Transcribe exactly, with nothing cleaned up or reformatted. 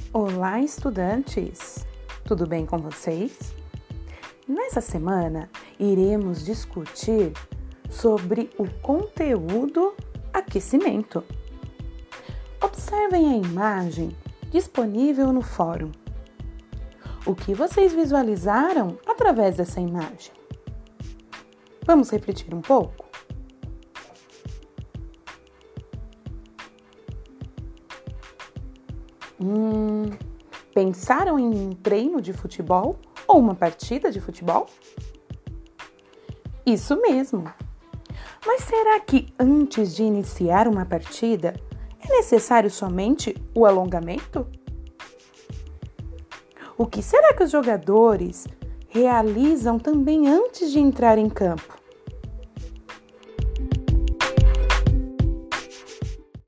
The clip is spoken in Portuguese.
Olá, estudantes! Tudo bem com vocês? Nessa semana, iremos discutir sobre o conteúdo aquecimento. Observem a imagem disponível no fórum. O que vocês visualizaram através dessa imagem? Vamos refletir um pouco? Hum, pensaram em um treino de futebol ou uma partida de futebol? Isso mesmo! Mas será que antes de iniciar uma partida é necessário somente o alongamento? O que será que os jogadores realizam também antes de entrar em campo?